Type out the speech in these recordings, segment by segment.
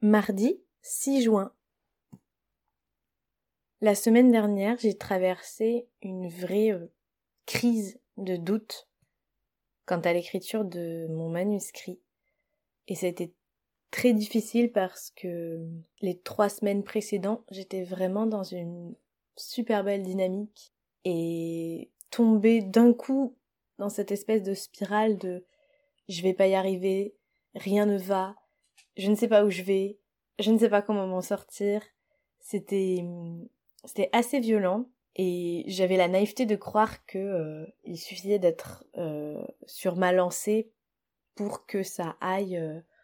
Mardi 6 juin. La semaine dernière, j'ai traversé une vraie crise de doute quant à l'écriture de mon manuscrit. Et ça a été très difficile parce que les 3 semaines précédentes, j'étais vraiment dans une super belle dynamique et tombée d'un coup dans cette espèce de spirale de je vais pas y arriver, rien ne va, je ne sais pas où je vais, je ne sais pas comment m'en sortir. C'était assez violent et j'avais la naïveté de croire que il suffisait d'être sur ma lancée pour que ça aille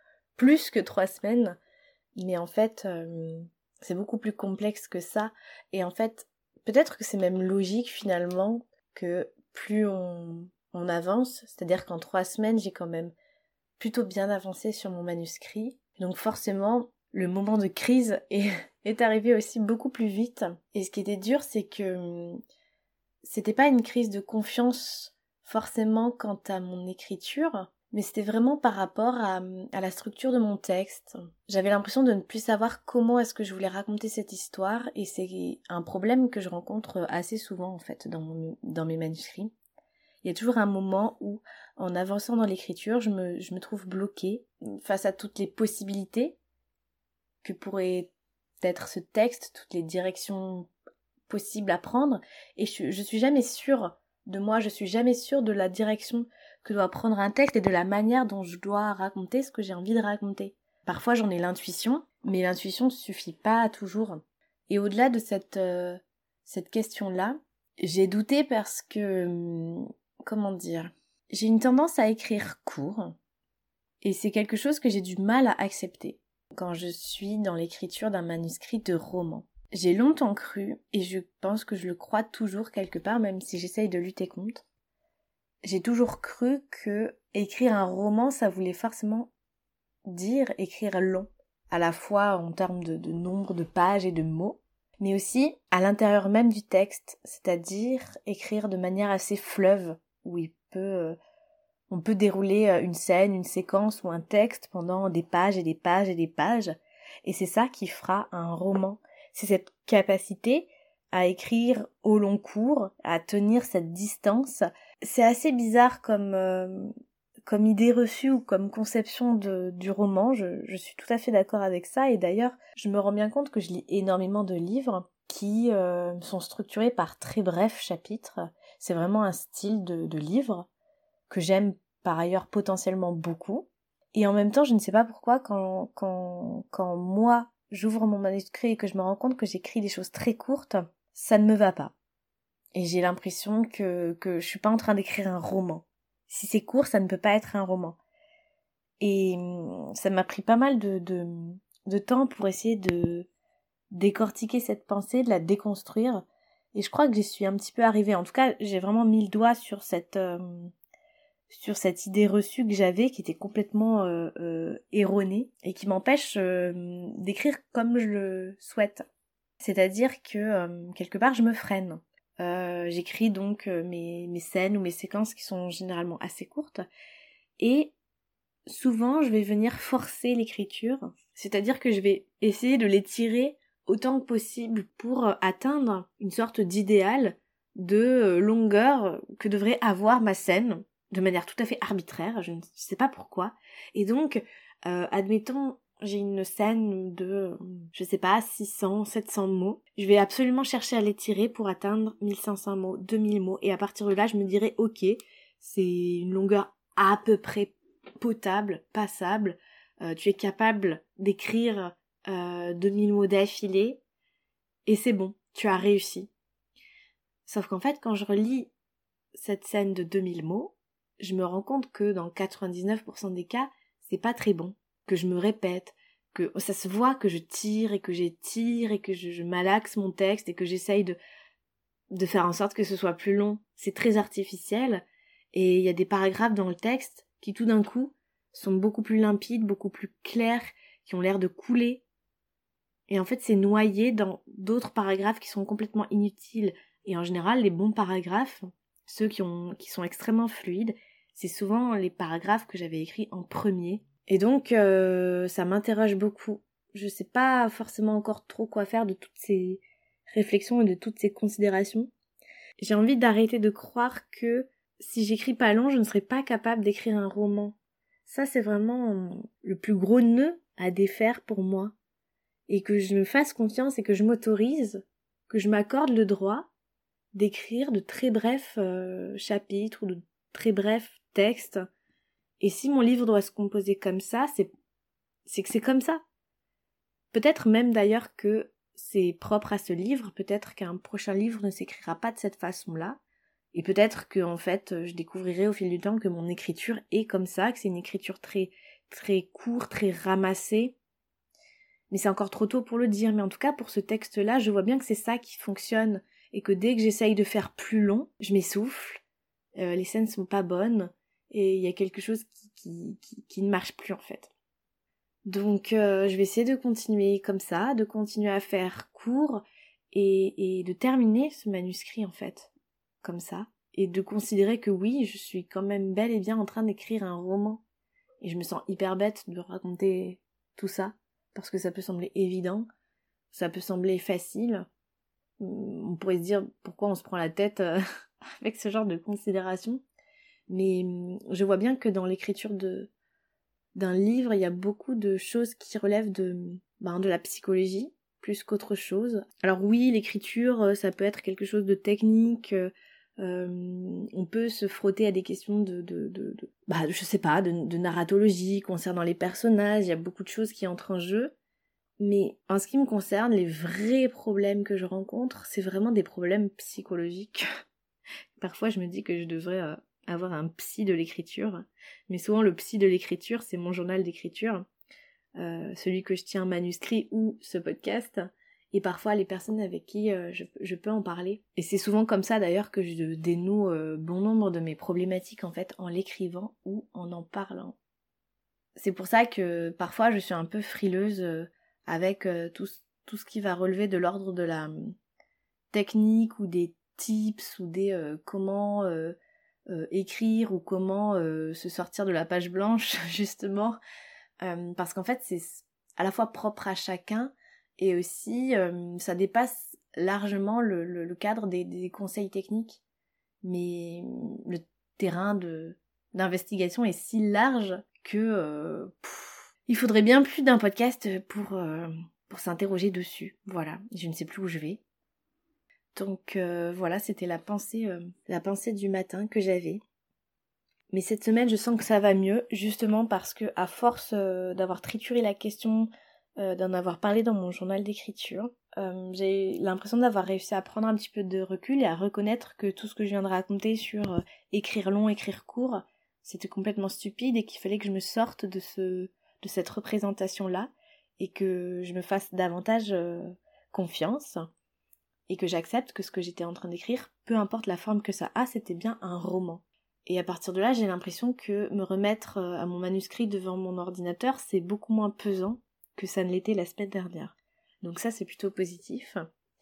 plus que 3 semaines. Mais en fait, c'est beaucoup plus complexe que ça. Et en fait, peut-être que c'est même logique finalement que plus on avance, c'est-à-dire qu'en 3 semaines, j'ai quand même plutôt bien avancé sur mon manuscrit. Donc forcément, le moment de crise est arrivé aussi beaucoup plus vite. Et ce qui était dur, c'est que c'était pas une crise de confiance forcément quant à mon écriture, mais c'était vraiment par rapport à la structure de mon texte. J'avais l'impression de ne plus savoir comment est-ce que je voulais raconter cette histoire, et c'est un problème que je rencontre assez souvent en fait dans mes manuscrits. Il y a toujours un moment où, en avançant dans l'écriture, je me trouve bloquée face à toutes les possibilités que pourrait être ce texte, toutes les directions possibles à prendre, et je suis jamais sûre de moi, je suis jamais sûre de la direction que doit prendre un texte et de la manière dont je dois raconter ce que j'ai envie de raconter. Parfois j'en ai l'intuition, mais l'intuition ne suffit pas toujours. Et au-delà de cette question-là, j'ai douté parce que, comment dire, j'ai une tendance à écrire court, et c'est quelque chose que j'ai du mal à accepter quand je suis dans l'écriture d'un manuscrit de roman. J'ai longtemps cru, et je pense que je le crois toujours quelque part, même si j'essaye de lutter contre, j'ai toujours cru que écrire un roman, ça voulait forcément dire écrire long, à la fois en termes de nombre de pages et de mots, mais aussi à l'intérieur même du texte, c'est-à-dire écrire de manière assez fleuve, où on peut dérouler une scène, une séquence ou un texte pendant des pages et des pages et des pages, et c'est ça qui fera un roman. C'est cette capacité à écrire au long cours, à tenir cette distance. C'est assez bizarre comme idée reçue ou comme conception du roman. Je suis tout à fait d'accord avec ça, et d'ailleurs, je me rends bien compte que je lis énormément de livres qui sont structurés par très brefs chapitres. C'est vraiment un style de livre que j'aime par ailleurs potentiellement beaucoup. Et en même temps, je ne sais pas pourquoi, quand moi, j'ouvre mon manuscrit et que je me rends compte que j'écris des choses très courtes, ça ne me va pas. Et j'ai l'impression que je suis pas en train d'écrire un roman. Si c'est court, ça ne peut pas être un roman. Et ça m'a pris pas mal de temps pour essayer de décortiquer cette pensée, de la déconstruire. Et je crois que j'y suis un petit peu arrivée. En tout cas, j'ai vraiment mis le doigt sur cette idée reçue que j'avais, qui était complètement erronée, et qui m'empêche d'écrire comme je le souhaite. C'est-à-dire que, quelque part, je me freine. J'écris donc mes scènes ou mes séquences qui sont généralement assez courtes, et souvent, je vais venir forcer l'écriture, c'est-à-dire que je vais essayer de les tirer autant que possible pour atteindre une sorte d'idéal de longueur que devrait avoir ma scène, de manière tout à fait arbitraire, je ne sais pas pourquoi. Et donc, admettons, j'ai une scène de, je sais pas, 600, 700 mots. Je vais absolument chercher à les tirer pour atteindre 1500 mots, 2000 mots. Et à partir de là, je me dirais, ok, c'est une longueur à peu près potable, passable. Tu es capable d'écrire 2000 mots d'affilée. Et c'est bon, tu as réussi. Sauf qu'en fait, quand je relis cette scène de 2000 mots, je me rends compte que dans 99% des cas, c'est pas très bon, que je me répète, que ça se voit que je tire et que j'étire et que je malaxe mon texte et que j'essaye de faire en sorte que ce soit plus long. C'est très artificiel, et il y a des paragraphes dans le texte qui tout d'un coup sont beaucoup plus limpides, beaucoup plus clairs, qui ont l'air de couler. Et en fait, c'est noyé dans d'autres paragraphes qui sont complètement inutiles. Et en général, les bons paragraphes, ceux qui sont extrêmement fluides, c'est souvent les paragraphes que j'avais écrits en premier. Et donc, ça m'interroge beaucoup je sais pas forcément encore trop quoi faire de toutes ces réflexions et de toutes ces considérations. J'ai envie d'arrêter de croire que si j'écris pas long, je ne serai pas capable d'écrire un roman. Ça, c'est vraiment le plus gros nœud à défaire pour moi. Et que je me fasse confiance et que je m'autorise, que je m'accorde le droit d'écrire de très brefs chapitres ou de très brefs textes. Et si mon livre doit se composer comme ça, c'est que c'est comme ça. Peut-être même d'ailleurs que c'est propre à ce livre, peut-être qu'un prochain livre ne s'écrira pas de cette façon-là, et peut-être que en fait je découvrirai au fil du temps que mon écriture est comme ça, que c'est une écriture très très courte, très ramassée. Mais c'est encore trop tôt pour le dire, mais en tout cas pour ce texte-là, je vois bien que c'est ça qui fonctionne, et que dès que j'essaye de faire plus long, je m'essouffle, les scènes sont pas bonnes, et il y a quelque chose qui ne marche plus en fait. Donc je vais essayer de continuer comme ça, de continuer à faire court et de terminer ce manuscrit en fait, comme ça. Et de considérer que oui, je suis quand même bel et bien en train d'écrire un roman. Et je me sens hyper bête de raconter tout ça, parce que ça peut sembler évident, ça peut sembler facile. On pourrait se dire pourquoi on se prend la tête avec ce genre de considération. Mais je vois bien que dans l'écriture d'un livre, il y a beaucoup de choses qui relèvent de la psychologie, plus qu'autre chose. Alors oui, l'écriture, ça peut être quelque chose de technique, on peut se frotter à des questions je sais pas, de narratologie concernant les personnages, il y a beaucoup de choses qui entrent en jeu. Mais en ce qui me concerne, les vrais problèmes que je rencontre, c'est vraiment des problèmes psychologiques. Parfois, je me dis que je devrais avoir un psy de l'écriture, mais souvent le psy de l'écriture, c'est mon journal d'écriture, celui que je tiens manuscrit ou ce podcast, et parfois les personnes avec qui je peux en parler. Et c'est souvent comme ça d'ailleurs que je dénoue bon nombre de mes problématiques en fait en l'écrivant ou en parlant. C'est pour ça que parfois je suis un peu frileuse avec tout ce qui va relever de l'ordre de la technique ou des tips ou des comment écrire ou comment se sortir de la page blanche justement parce qu'en fait c'est à la fois propre à chacun et aussi ça dépasse largement le cadre des conseils techniques, mais le terrain d'investigation est si large que il faudrait bien plus d'un podcast pour s'interroger dessus. Voilà, je ne sais plus où je vais. Donc voilà, c'était la pensée du matin que j'avais. Mais cette semaine, je sens que ça va mieux, justement parce que à force d'avoir trituré la question, d'en avoir parlé dans mon journal d'écriture, j'ai l'impression d'avoir réussi à prendre un petit peu de recul et à reconnaître que tout ce que je viens de raconter sur écrire long, écrire court, c'était complètement stupide et qu'il fallait que je me sorte de cette représentation-là et que je me fasse davantage confiance. Et que j'accepte que ce que j'étais en train d'écrire, peu importe la forme que ça a, c'était bien un roman. Et à partir de là, j'ai l'impression que me remettre à mon manuscrit devant mon ordinateur, c'est beaucoup moins pesant que ça ne l'était la semaine dernière. Donc ça, c'est plutôt positif.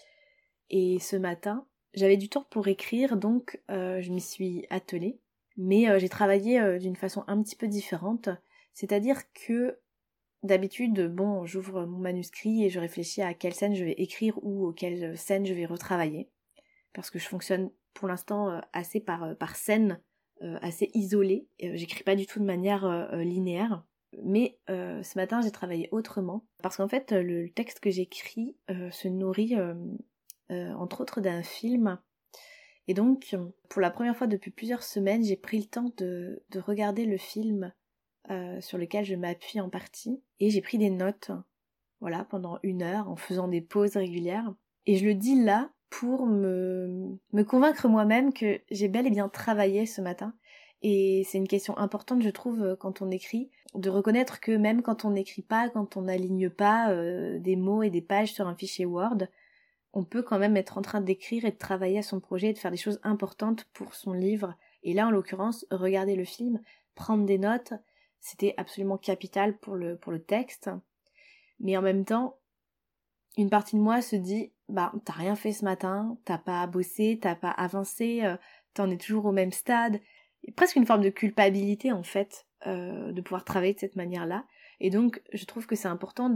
Et ce matin, j'avais du temps pour écrire, donc je m'y suis attelée. Mais j'ai travaillé d'une façon un petit peu différente. C'est-à-dire que d'habitude, j'ouvre mon manuscrit et je réfléchis à quelle scène je vais écrire ou auquel scène je vais retravailler. Parce que je fonctionne pour l'instant assez par scène, assez isolée. J'écris pas du tout de manière linéaire. Mais ce matin, j'ai travaillé autrement. Parce qu'en fait, le texte que j'écris se nourrit entre autres d'un film. Et donc, pour la première fois depuis plusieurs semaines, j'ai pris le temps de regarder le film sur lequel je m'appuie en partie, et j'ai pris des notes, voilà, pendant 1 heure, en faisant des pauses régulières. Et je le dis là pour me convaincre moi-même que j'ai bel et bien travaillé ce matin. Et c'est une question importante, je trouve, quand on écrit, de reconnaître que même quand on n'écrit pas, quand on n'aligne pas des mots et des pages sur un fichier Word, on peut quand même être en train d'écrire et de travailler à son projet et de faire des choses importantes pour son livre. Et là, en l'occurrence, regarder le film, prendre des notes, c'était absolument capital pour le texte. Mais en même temps, une partie de moi se dit, t'as rien fait ce matin, t'as pas bossé, t'as pas avancé, t'en es toujours au même stade. Il y a presque une forme de culpabilité en fait, de pouvoir travailler de cette manière-là. Et donc, je trouve que c'est important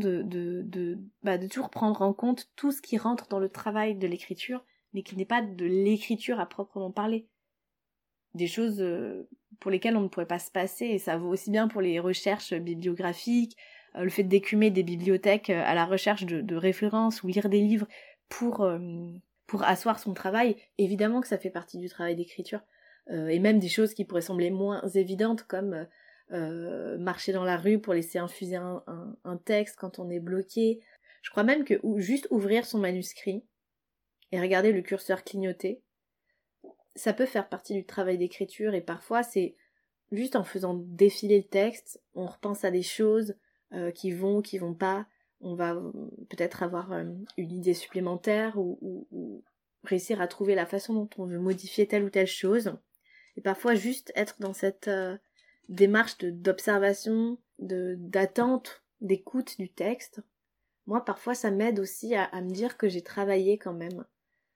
de toujours prendre en compte tout ce qui rentre dans le travail de l'écriture, mais qui n'est pas de l'écriture à proprement parler. Des choses pour lesquelles on ne pourrait pas se passer, et ça vaut aussi bien pour les recherches bibliographiques, le fait d'écumer des bibliothèques à la recherche de références ou lire des livres pour asseoir son travail. Évidemment que ça fait partie du travail d'écriture, et même des choses qui pourraient sembler moins évidentes comme marcher dans la rue pour laisser infuser un texte quand on est bloqué. Je crois même que juste ouvrir son manuscrit et regarder le curseur clignoter, ça peut faire partie du travail d'écriture, et parfois c'est juste en faisant défiler le texte, on repense à des choses qui vont pas, on va peut-être avoir une idée supplémentaire ou réussir à trouver la façon dont on veut modifier telle ou telle chose. Et parfois juste être dans cette démarche d'observation, d'attente, d'écoute du texte. Moi parfois ça m'aide aussi à me dire que j'ai travaillé quand même.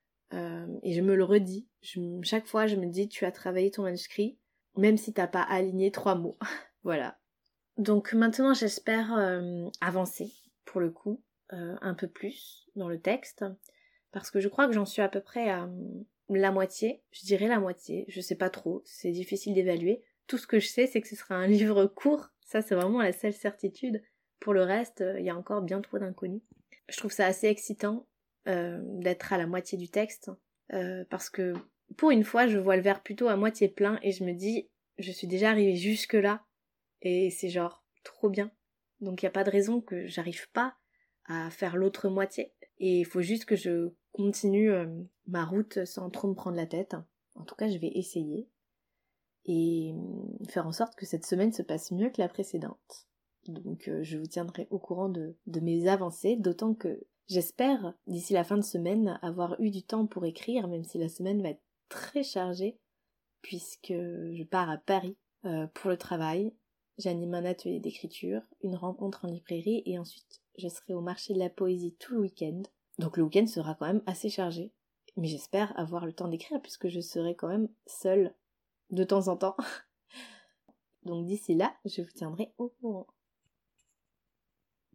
Et je me le redis. Chaque fois je me dis tu as travaillé ton manuscrit, même si t'as pas aligné 3 mots. Voilà. Donc maintenant j'espère avancer pour le coup un peu plus dans le texte, parce que je crois que j'en suis à peu près à la moitié, je dirais la moitié, je sais pas trop, c'est difficile d'évaluer. Tout ce que je sais c'est que ce sera un livre court, ça c'est vraiment la seule certitude. Pour le reste, il y a encore bien trop d'inconnus. Je trouve ça assez excitant d'être à la moitié du texte, parce que pour une fois je vois le verre plutôt à moitié plein et je me dis je suis déjà arrivée jusque là et c'est genre trop bien, donc il n'y a pas de raison que j'arrive pas à faire l'autre moitié, et il faut juste que je continue ma route sans trop me prendre la tête. En tout cas je vais essayer et faire en sorte que cette semaine se passe mieux que la précédente. Donc je vous tiendrai au courant de mes avancées, d'autant que j'espère, d'ici la fin de semaine, avoir eu du temps pour écrire, même si la semaine va être très chargée, puisque je pars à Paris pour le travail. J'anime un atelier d'écriture, une rencontre en librairie, et ensuite je serai au marché de la poésie tout le week-end. Donc le week-end sera quand même assez chargé. Mais j'espère avoir le temps d'écrire, puisque je serai quand même seule de temps en temps. Donc d'ici là, je vous tiendrai au courant.